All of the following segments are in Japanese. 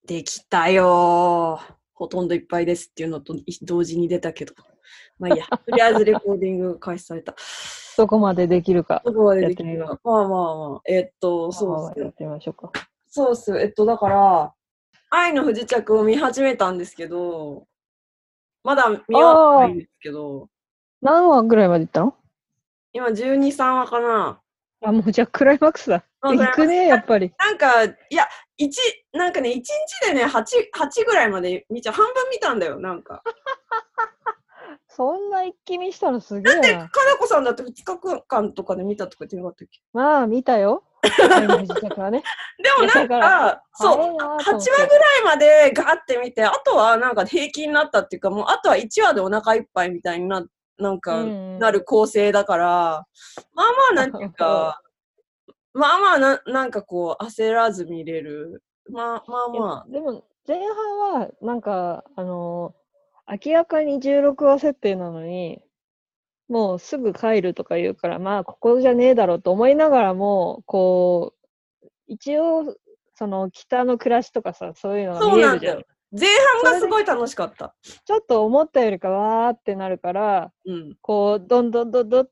できたよー。ほとんどいっぱいですっていうのと同時に出たけど。まあいいや。とりあえずレコーディング開始された。 どこまでできるかどこまでやっできるか。 てみよう。 まあまあまあ。そうっすよ。 やってみましょうか。 そうっすよ。だから、愛の不時着を見始めたんですけど、まだ見終わってないんですけど、 何話ぐらいまでいったの？ 今12、3話かな。 もうじゃあクライマックスだ。 まあ、 行くね、やっぱり。 なんか、いや、なんかね、1日でね、8ぐらいまで見ちゃう。半分見たんだよ、なんか。 そんな一気見したのすげえな。 かなこさんだって2日間とかで見たとか言ってなかったっけ？ まあ、見たよ。愛の不時着はね。 でもなんか、そう、8話ぐらいまでガーって見て、あとはなんか平気になったっていうか、もうあとは1話でお腹いっぱいみたいになんか、なる構成だから、まあまあなんていうか、まあまあなんかこう、焦らず見れる。まあ。 でも、前半は、なんか、明らかに16話設定なのに、もうすぐ帰るとか言うから、まあ、ここじゃねえだろうと思いながらも、こう、一応、その北の暮らしとかさ、そういうのが見えるじゃん。 前半がすごい楽しかった。 ちょっと思ったよりかわーってなるから、こう、どんどんって、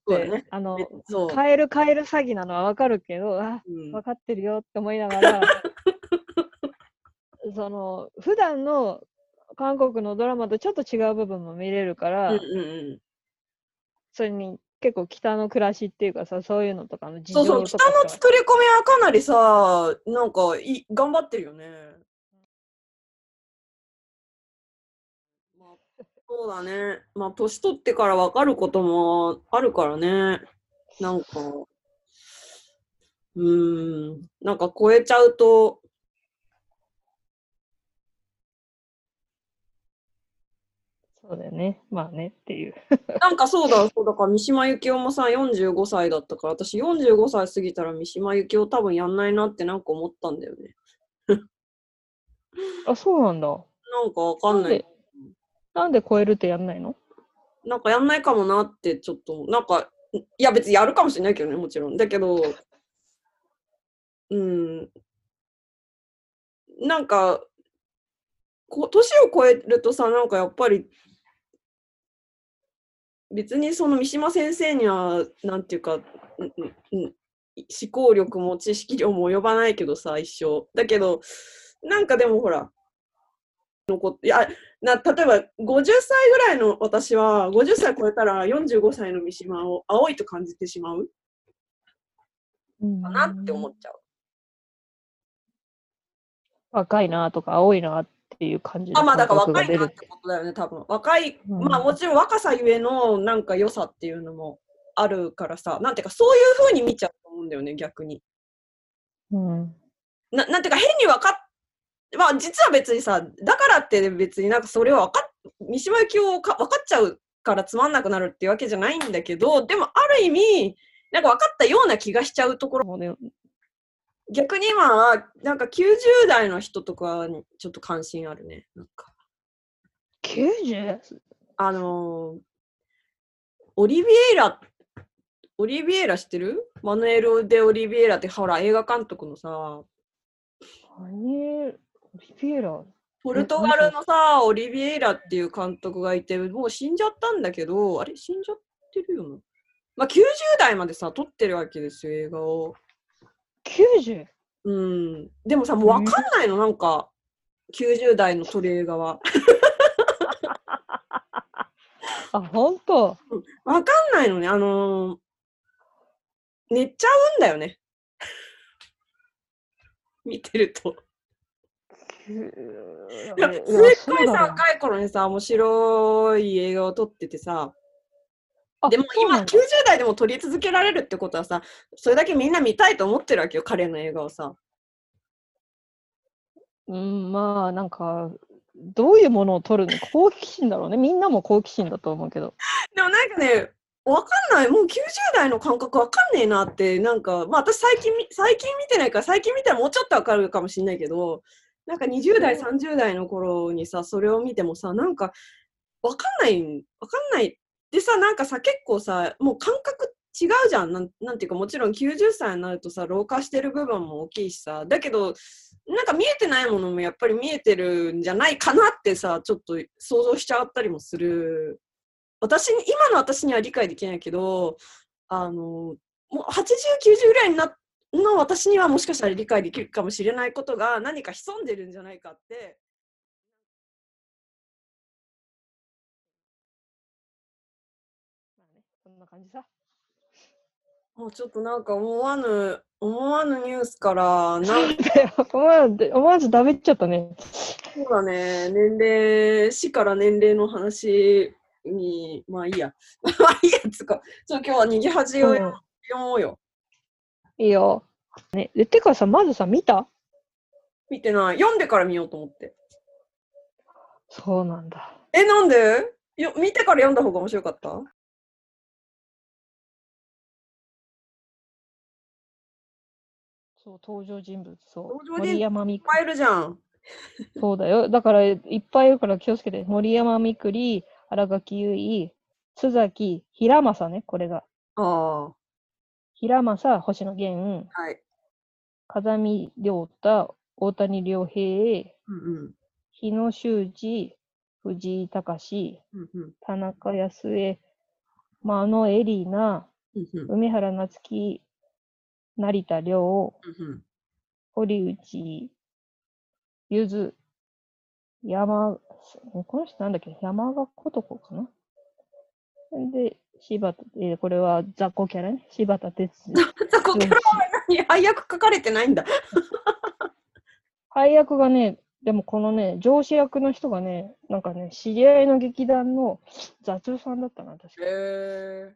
帰る詐欺なのはわかるけど、分かってるよって思いながら、その、普段の韓国のドラマとちょっと違う部分も見れるから、それに結構北の暮らしっていうかさ、そういうのとかの事情とかそう、北の作り込みはかなりさ、なんか頑張ってるよね。そうだね。まあ、年取ってから分かることもあるからね。なんか、なんか超えちゃうと、 そうだよね。まあねっていう。 なんかそうだから三島由紀夫もさ、45歳だったから、私45歳過ぎたら三島由紀夫多分やんないなってなんか思ったんだよね。 あ、そうなんだ。 なんかわかんない。 なんで超えるってやんないの？ なんかやんないかもなってちょっと、なんか、いや別にやるかもしれないけどね、もちろん。だけど、なんか、年を超えるとさ、なんかやっぱり、別にその三島先生には、なんていうか、思考力も知識量も及ばないけどさ、一生。だけど、なんかでもほら、いや例えば50歳ぐらいの私は、50歳超えたら45歳の三島を青いと感じてしまうかなって思っちゃう。 若いなとか青いなっていう感じのまあだから感覚が出る。 若いなってことだよね、多分。若い、まあもちろん若さゆえのなんか良さっていうのもあるからさ、なんていうかそういう風に見ちゃうと思うんだよね、逆に。なんていうか変にまあ実は別にさ、だからって別になんかそれを三島由紀夫分かっちゃうからつまんなくなるっていうわけじゃないんだけど、でもある意味、なんか分かったような気がしちゃうところもね、逆に今は、なんか90代の人とかにちょっと関心あるね。なんか 90？ オリビエラ知ってる？マヌエル・デ・オリビエラってほら映画監督のさ、 オリビエラポルトガルのさ、オリビエラっていう監督がいて、もう死んじゃったんだけど、あれ死んじゃってるよな。まあ、90代までさ、撮ってるわけですよ、映画を。 90？ でもさ、もう分かんないの、なんか、90代の撮る映画は。 ほんと？ 分かんないのね、寝ちゃうんだよね。見てると。すっごいさ、若い頃にさ、面白い映画を撮っててさ、でも今90代でも撮り続けられるってことはさ、それだけみんな見たいと思ってるわけよ、彼の映画をさ。 まあなんかどういうものを撮るの？好奇心だろうね。みんなも好奇心だと思うけど。 でもなんかね、わかんない。もう90代の感覚わかんねえなって、なんか、まあ私最近見てないから、最近見たらもうちょっとわかるかもしれないけど、なんか20代、30代の頃にさ、それを見てもさ、なんか、わかんない。でさ、なんかさ、結構さ、もう感覚違うじゃん。なんていうか、もちろん90歳になるとさ、老化してる部分も大きいしさ、だけど、なんか見えてないものもやっぱり見えてるんじゃないかなってさ、ちょっと想像しちゃったりもする。今の私には理解できないけど、もう80、90ぐらいの私にはもしかしたら理解できるかもしれないことが何か潜んでるんじゃないかって。 まあね、そんな感じさ。 もうちょっとなんか思わぬニュースからそうだよ。思わず食べちゃったね。 そうだね、死から年齢の話に、まあいいや。まあいいやつか。今日は逃げ恥を読もうよ。 いいよ。ね、てかさ、まずさ、見た？ 見てない。読んでから見ようと思って。 そうなんだ。 なんで見てから読んだ方が面白かった？ そう、登場人物、そう。 登場人物森山みいっぱいいるじゃん。 そうだよ。だから、いっぱいいるから気をつけて。森山みくり、新垣結衣、須崎、平正ね、これが。 ああ。 平正、星野源、 はい。 風見亮太、大谷亮平、 うんうん。 日野修二、藤井隆、 うんうん。 田中康江、真野恵里奈、 うんうん。 梅原夏樹、成田凌、 うんうん。 堀内ゆず、この人なんだっけ、山賀ことこかな。で、これは雑魚キャラね。柴田哲雑魚キャラは何？配役書かれてないんだ。 配役がね、でもこのね、上司役の人がね、なんかね、知り合いの劇団の座長さんだったな、確か。 じゃ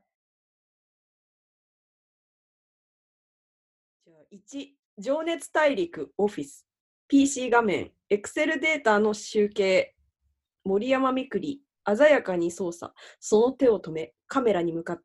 あ1、情熱大陸オフィス。PC 画面、Excel データの集計。森山みくり、鮮やかに操作。その手を止め、カメラに向かって。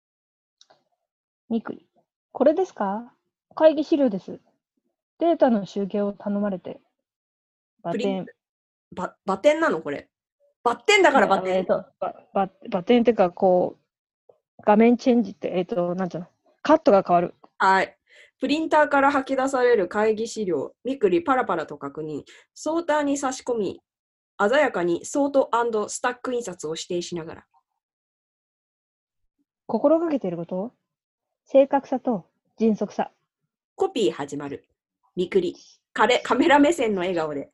みくり。これですか？会議資料です。データの集計を頼まれて。バテン。 バテンなのこれ。バッテンだからバテン。 バテンっていうか、こう、画面チェンジって、なんていうの？カットが変わる。 はい。プリンターから吐き出される会議資料、みくりパラパラと確認、ソーターに差し込み、鮮やかにソート&スタック印刷を指定しながら。 心がけていること？正確さと迅速さ。 コピー始まる。みくり、カメラ目線の笑顔で。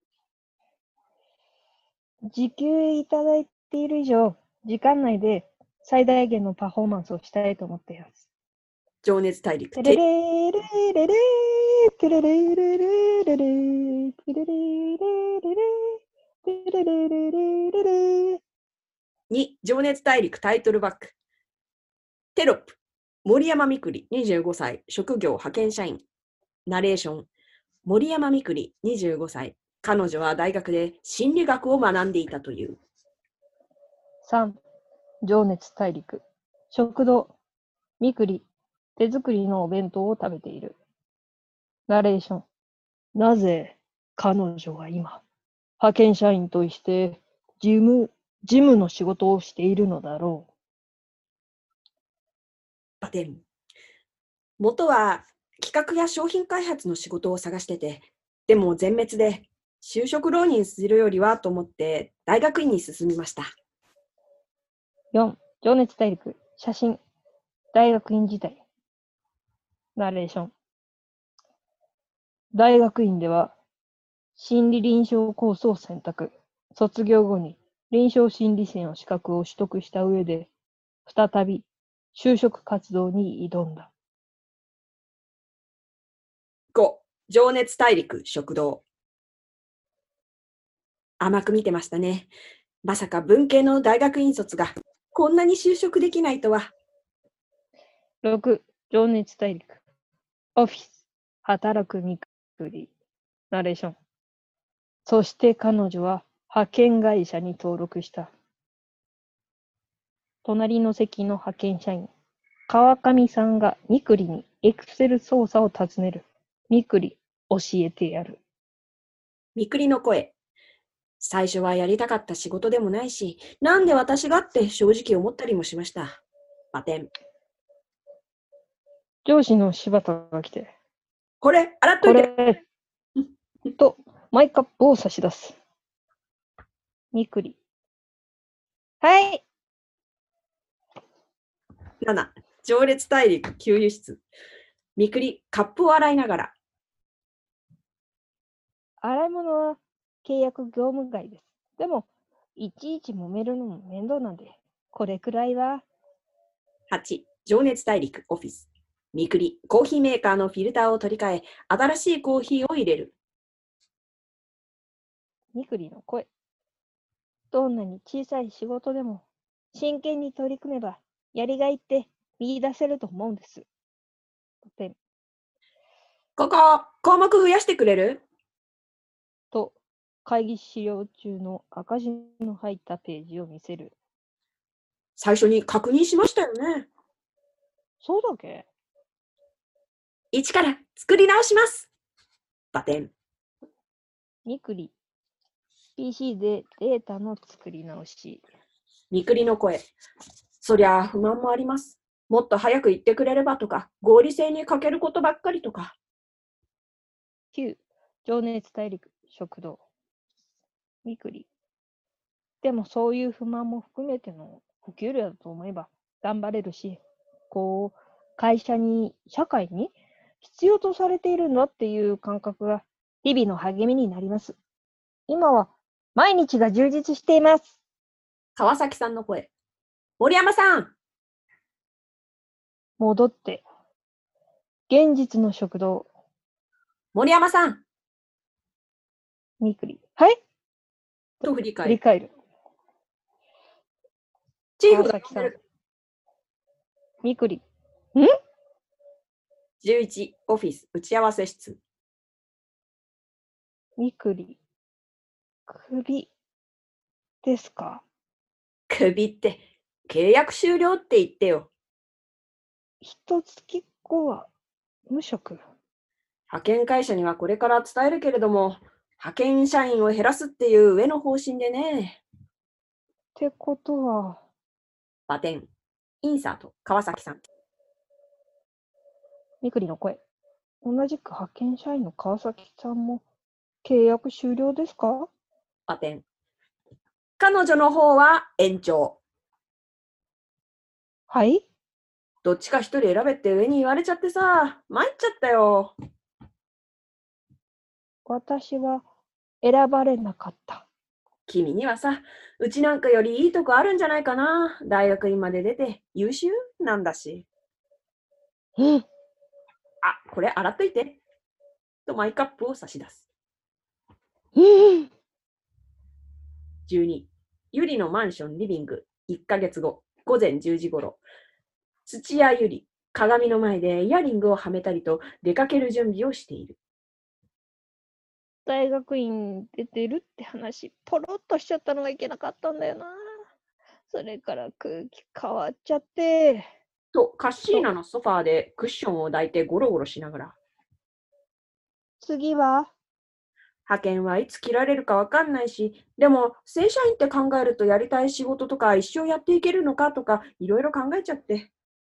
時給いただいている以上、時間内で最大限のパフォーマンスをしたいと思っています。 情熱大陸。 テレレレレレテレレレレレレテレレレレレテレレレレレ。 2、情熱大陸タイトルバック。テロップ。森山みくり、25歳、職業派遣社員。ナレーション。森山みくり、25歳。彼女は大学で心理学を学んでいたという。 3、情熱大陸。食堂。みくり。手作りのお弁当を食べている。ナレーション。なぜ彼女は今、派遣社員として事務の仕事をしているのだろう。 バテン。元は企画や商品開発の仕事を探してて、でも全滅で就職浪人するよりはと思って大学院に進みました。 4、情熱大陸。写真。大学院時代。ナレーション。大学院では心理臨床コースを選択。卒業後に臨床心理士の資格を取得した上で、再び就職活動に挑んだ。 5、情熱大陸食堂。甘く見てましたね。まさか文系の大学院卒がこんなに就職できないとは。 6、情熱大陸。オフィス。働くみくり。ナレーション。そして彼女は派遣会社に登録した。隣の席の派遣社員、川上さんがみくりにエクセル操作を尋ねる。みくり、教えてやる。 みくりの声。最初はやりたかった仕事でもないし、なんで私がって正直思ったりもしました。バテン。 上司の柴田が来て、 これ、洗っとこいて。 れ、と、マイカップを差し出す。みくり。はい。 7、上列大陸給油室。みくり、カップを洗いながら。 洗い物は契約業務外です。でも、いちいち揉めるのも面倒なんで、これくらいは。 8、情熱大陸オフィス。みくり、コーヒーメーカーのフィルターを取り替え、新しいコーヒーを入れる。 みくりの声。どんなに小さい仕事でも、真剣に取り組めば、やりがいって見出せると思うんです。でここ、項目増やしてくれる？ と、会議資料中の赤字の入ったページを見せる。 最初に確認しましたよね。 そうだっけ？ 一から作り直します。バテン。 みくり。PC でデータの作り直し。 みくりの声。そりゃあ不満もあります。もっと早く言ってくれればとか、合理性に欠けることばっかりとか。 9、情熱大陸食堂。みくり。でもそういう不満も含めてのお給料だと思えば頑張れるし、会社に、社会に必要とされているのっていう感覚が日々の励みになります。今は毎日が充実しています。 川崎さんの声。森山さん。 戻って、現実の食堂。 森山さん。 みくり。はいと振り振返る。 り返る。 チーフが川崎さん。 呼んでる。 みくり。 11、オフィス打ち合わせ室。 みくり。首ですか？ クビって、契約終了って言ってよ。 一月後は無職。 派遣会社にはこれから伝えるけれども、派遣社員を減らすっていう上の方針でね。 ってことは、 バテン、インサート、川崎さん。 みくりの声。同じく派遣社員の川崎さんも契約終了ですか？ バテン。彼女の方は延長。 はい。 どっちか一人選べって上に言われちゃってさ、参っちゃったよ。 私は選ばれなかった。 君にはさ、うちなんかよりいいとこあるんじゃないかな。大学院まで出て優秀なんだし。 うん。 あ、これ洗っといて。とマイカップを差し出す。 うん。 12、ゆりのマンションリビング。1ヶ月後、午前10時頃。土屋ゆり、鏡の前でイヤリングをはめたりと出かける準備をしている。 大学院出てるって話、ポロッとしちゃったのがいけなかったんだよな。それから空気変わっちゃって。 と、カッシーナのソファーでクッションを抱いてゴロゴロしながら。 次は派遣はいつ切られるかわかんないし、でも正社員って考えるとやりたい仕事とか一生やっていけるのかとかいろいろ考えちゃって。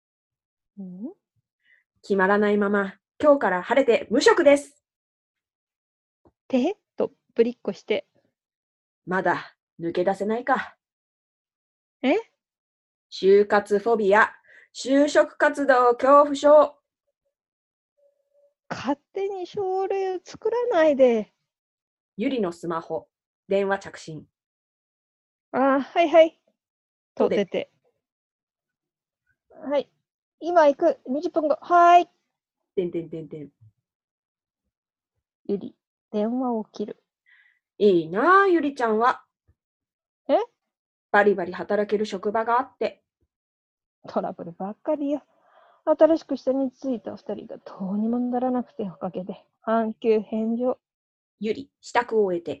決まらないまま、今日から晴れて無職です。 とぶりっこして。 まだ抜け出せないか。 え？ 就活フォビア、就職活動恐怖症。 勝手に症例作らないで。 ゆりのスマホ、電話着信。 はいはい。とで出て。はい。今行く。20分後。はい。 てんてんてんてん。 ゆり、電話を切る。 いいなあ、ゆりちゃんは。 え？ バリバリ働ける職場があって。 トラブルばっかりよ。新しく下についた2人がどうにもならなくておかげで、半休返上。 ゆり、支度を終えて。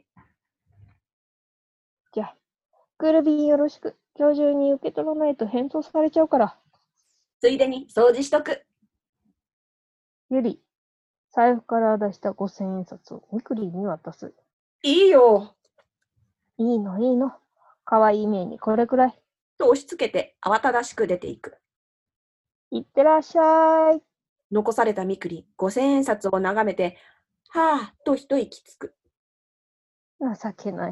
じゃあ、グルビーよろしく。今日中に受け取らないと返答されちゃうから。 ついでに掃除しとく。 ゆり、財布から出した5000円札をみくりに渡す。 いいよ。 いいのいいの。かわいい目にこれくらい。 と押し付けて慌ただしく出ていく。 いってらっしゃい。 残されたみくり、5000円札を眺めて、はぁと一息つく。 情けない。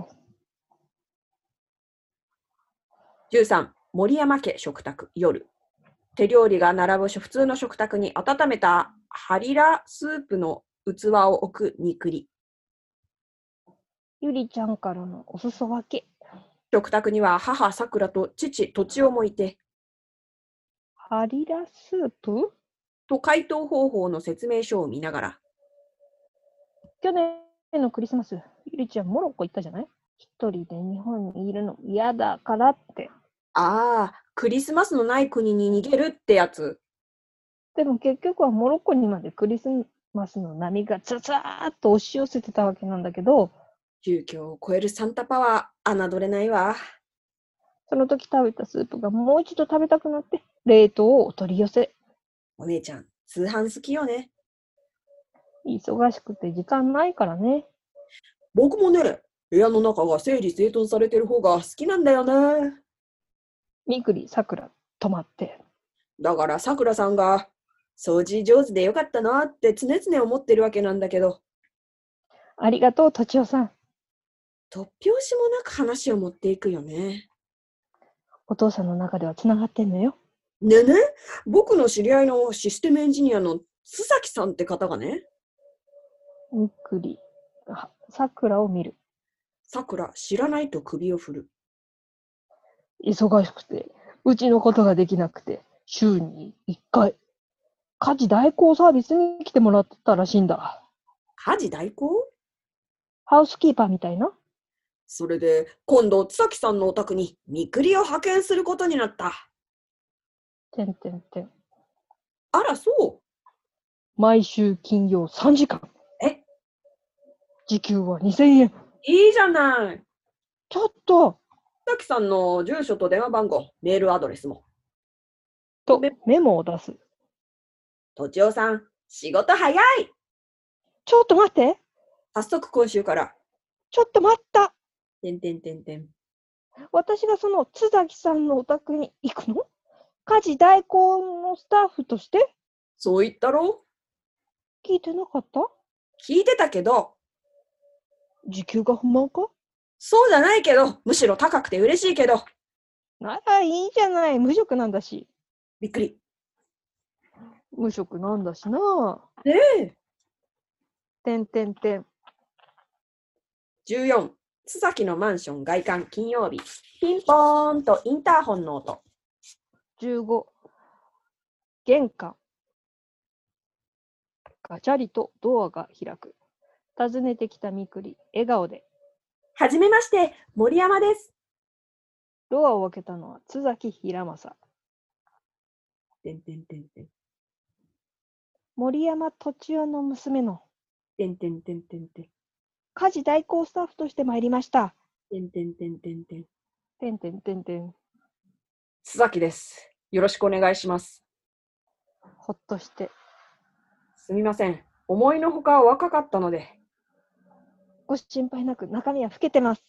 13、森山家食卓、夜。手料理が並ぶ普通の食卓に温めたハリラスープの器を置くみくり。 ゆりちゃんからのお裾分け。 食卓には母さくらと父とちおもいて、 ハリラスープ？ と解凍方法の説明書を見ながら、 去年のクリスマス、ゆりちゃんモロッコ行ったじゃない？一人で日本にいるの嫌だからって。 ああ、クリスマスのない国に逃げるってやつ。 でも結局はモロッコにまでクリスマスの波がザザーっと押し寄せてたわけなんだけど、 宗教を超えるサンタパワー、侮れないわ。 その時食べたスープがもう一度食べたくなって、冷凍をお取り寄せ。 お姉ちゃん、通販好きよね。 忙しくて時間ないからね。 僕もね、部屋の中が整理整頓されてる方が好きなんだよね。 みくりさくら止まって。 だからさくらさんが、掃除上手でよかったなって常々思ってるわけなんだけど、 ありがとう、とちおさん。 突拍子もなく話を持っていくよね。 お父さんの中ではつながってんのよ。 ねね、僕の知り合いのシステムエンジニアの須崎さんって方がね、 みくり、さくらを見る。 さくら知らないと首を振る。 忙しくて、うちのことができなくて、週に1回、家事代行サービスに来てもらったらしいんだ。 家事代行？ ハウスキーパーみたいな。 それで、今度、津崎さんのお宅にみくりを派遣することになった。 てんてんてん。 あら、そ毎週金曜3時間。 う。え、 時給は2000円。 いいじゃない。 ちょっと、 津崎さんの住所と電話番号、メールアドレスも。 とメモを出す。 とちおさん、仕事早い。 ちょっと待って。 早速今週から。 ちょっと待った。 てんてんてんてん。 私がその津崎さんのお宅に行くの？家事代行のスタッフとして？ そう言ったろ？ 聞いてなかった？ 聞いてたけど、 時給が不満か？ そうじゃないけど、むしろ高くて嬉しいけど、 ならいいじゃない。無職なんだし。 びっくり。 無職なんだしな。 ねえ。 てんてんてん。 14、須崎のマンション外観金曜日。ピンポーンとインターホンの音。 15、玄関。ガチャリとドアが開く。訪ねてきたみくり、笑顔で。 はじめまして、森山です。 ドアを開けたのは津崎平正。 てんてんてんてん。 森山栃夫の娘のてんてんてんてんてん。 家事代行スタッフとして参りました。 てんてんてんてんてん。 てんてんてんてん。 須崎です。よろしくお願いします。 ほっとして。 すみません。思いのほか若かったので。 ご心配なく中身は老けてます。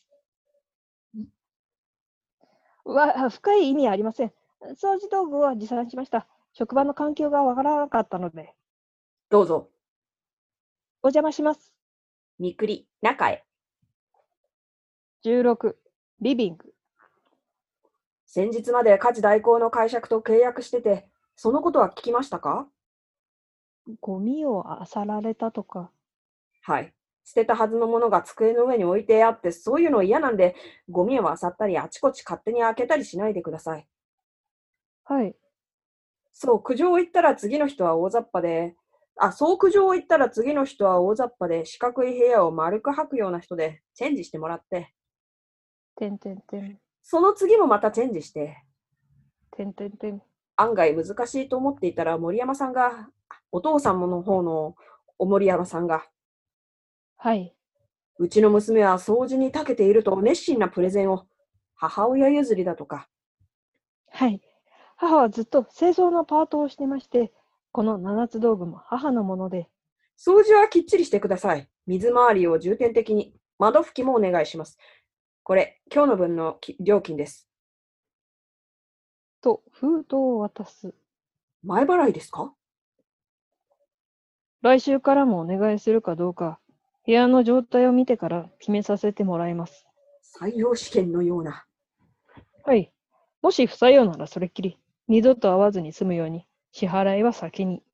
深い意味はありません。掃除道具は持参しました。職場の環境がわからなかったので。 どうぞ。 お邪魔します。 みくり、中へ。 16、リビング。 先日まで家事代行の会社と契約してて、そのことは聞きましたか？ ゴミを漁られたとか。 はい。捨てたはずのものが机の上に置いてあって、そういうの嫌なんで、ゴミを漁ったり、あちこち勝手に開けたりしないでください。 はい。 そう、苦情を言ったら次の人は大雑把で、そう苦情を言ったら次の人は大雑把で、四角い部屋を丸く吐くような人で、チェンジしてもらって、 てんてんてん。 その次もまたチェンジして、 てんてんてん。 案外難しいと思っていたら、森山さんが、お父さんの方のお森山さんが、 はい。 うちの娘は掃除に長けていると熱心なプレゼンを、母親譲りだとか、 はい。母はずっと清掃のパートをしてまして、この七つ道具も母のもので、 掃除はきっちりしてください。水回りを重点的に、窓拭きもお願いします。これ、今日の分の料金です。 と封筒を渡す。 前払いですか？ 来週からもお願いするかどうか、部屋の状態を見てから決めさせてもらいます。 採用試験のような。 はい。もし不採用ならそれっきり、二度と会わずに済むように、支払いは先に。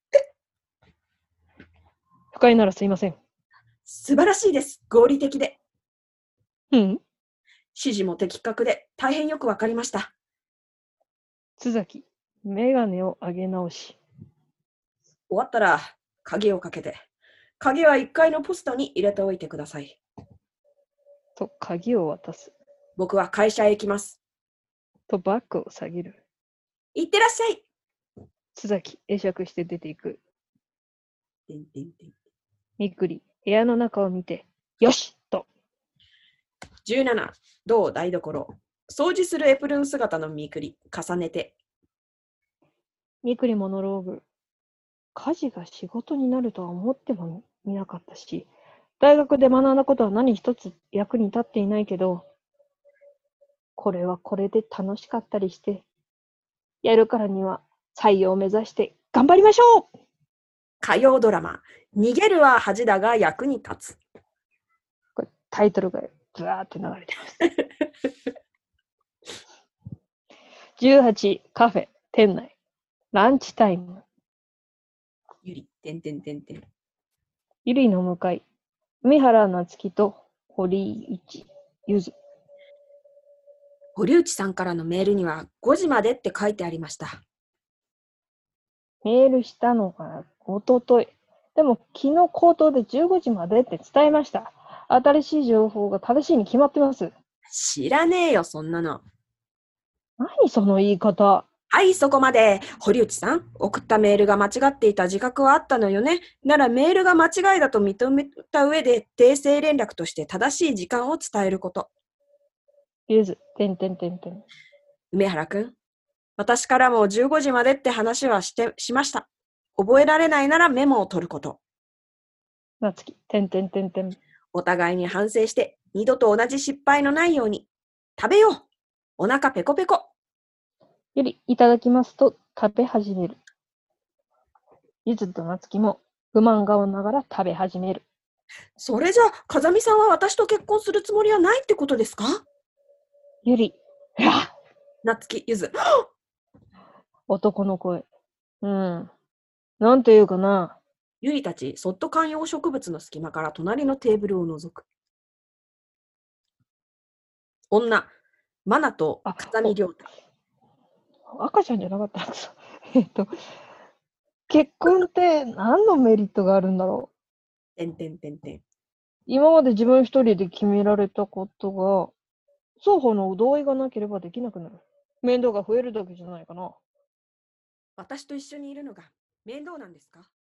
不快ならすいません。 素晴らしいです。合理的で。 うん。 指示も的確で大変よくわかりました。 津崎、メガネを上げ直し。 終わったら鍵をかけて。鍵は1階のポストに入れておいてください。 と鍵を渡す。 僕は会社へ行きます。 とバッグを下げる。 いってらっしゃい。 津崎、会釈して出ていく。 てんてんてん。 みっくり、部屋の中を見て、よしと。 17、同台所。掃除するエプロン姿のみくり、重ねて。 みっくりモノローグ。家事が仕事になるとは思ってもみなかったし、大学で学んだことは何一つ役に立っていないけど、これはこれで楽しかったりして、やるからには採用を目指して頑張りましょう。 火曜ドラマ、逃げるは恥だが役に立つ。 これタイトルがずーって流れてます。18、カフェ、店内、ランチタイム。 ゆり、てんてんてんてん。 ゆりの向かい、海原夏樹と堀内ゆず。 堀内さんからのメールには5時までって書いてありました。 メールしたのがおととい。でも昨日口頭で15時までって伝えました。新しい情報が正しいに決まってます。 知らねえよ、そんなの。 何その言い方。 はい、そこまで。堀内さん、送ったメールが間違っていた自覚はあったのよね。ならメールが間違いだと認めた上で、訂正連絡として正しい時間を伝えること。 ゆず、てんてんてんてん。 梅原くん、私からも15時までって話はしました。覚えられないならメモを取ること。 なつき、てんてんてんてん。 お互いに反省して、二度と同じ失敗のないように。食べよう。お腹ペコペコ。 ゆり、いただきますと食べ始める。ゆずとなつきも不満顔ながら食べ始める。 それじゃ、風見さんは私と結婚するつもりはないってことですか？ ゆり、 なつき、ゆず。 男の声。なんていうかな。 ゆりたち、そっと観葉植物の隙間から隣のテーブルを覗く。女、マナと風見亮太。 赤ちゃんじゃなかったんです結婚って何のメリットがあるんだろう。 てんてんてんてん。 今まで自分一人で決められたことが、双方の同意がなければできなくなる。面倒が増えるだけじゃないかな。 私と一緒にいるのが面倒なんですか？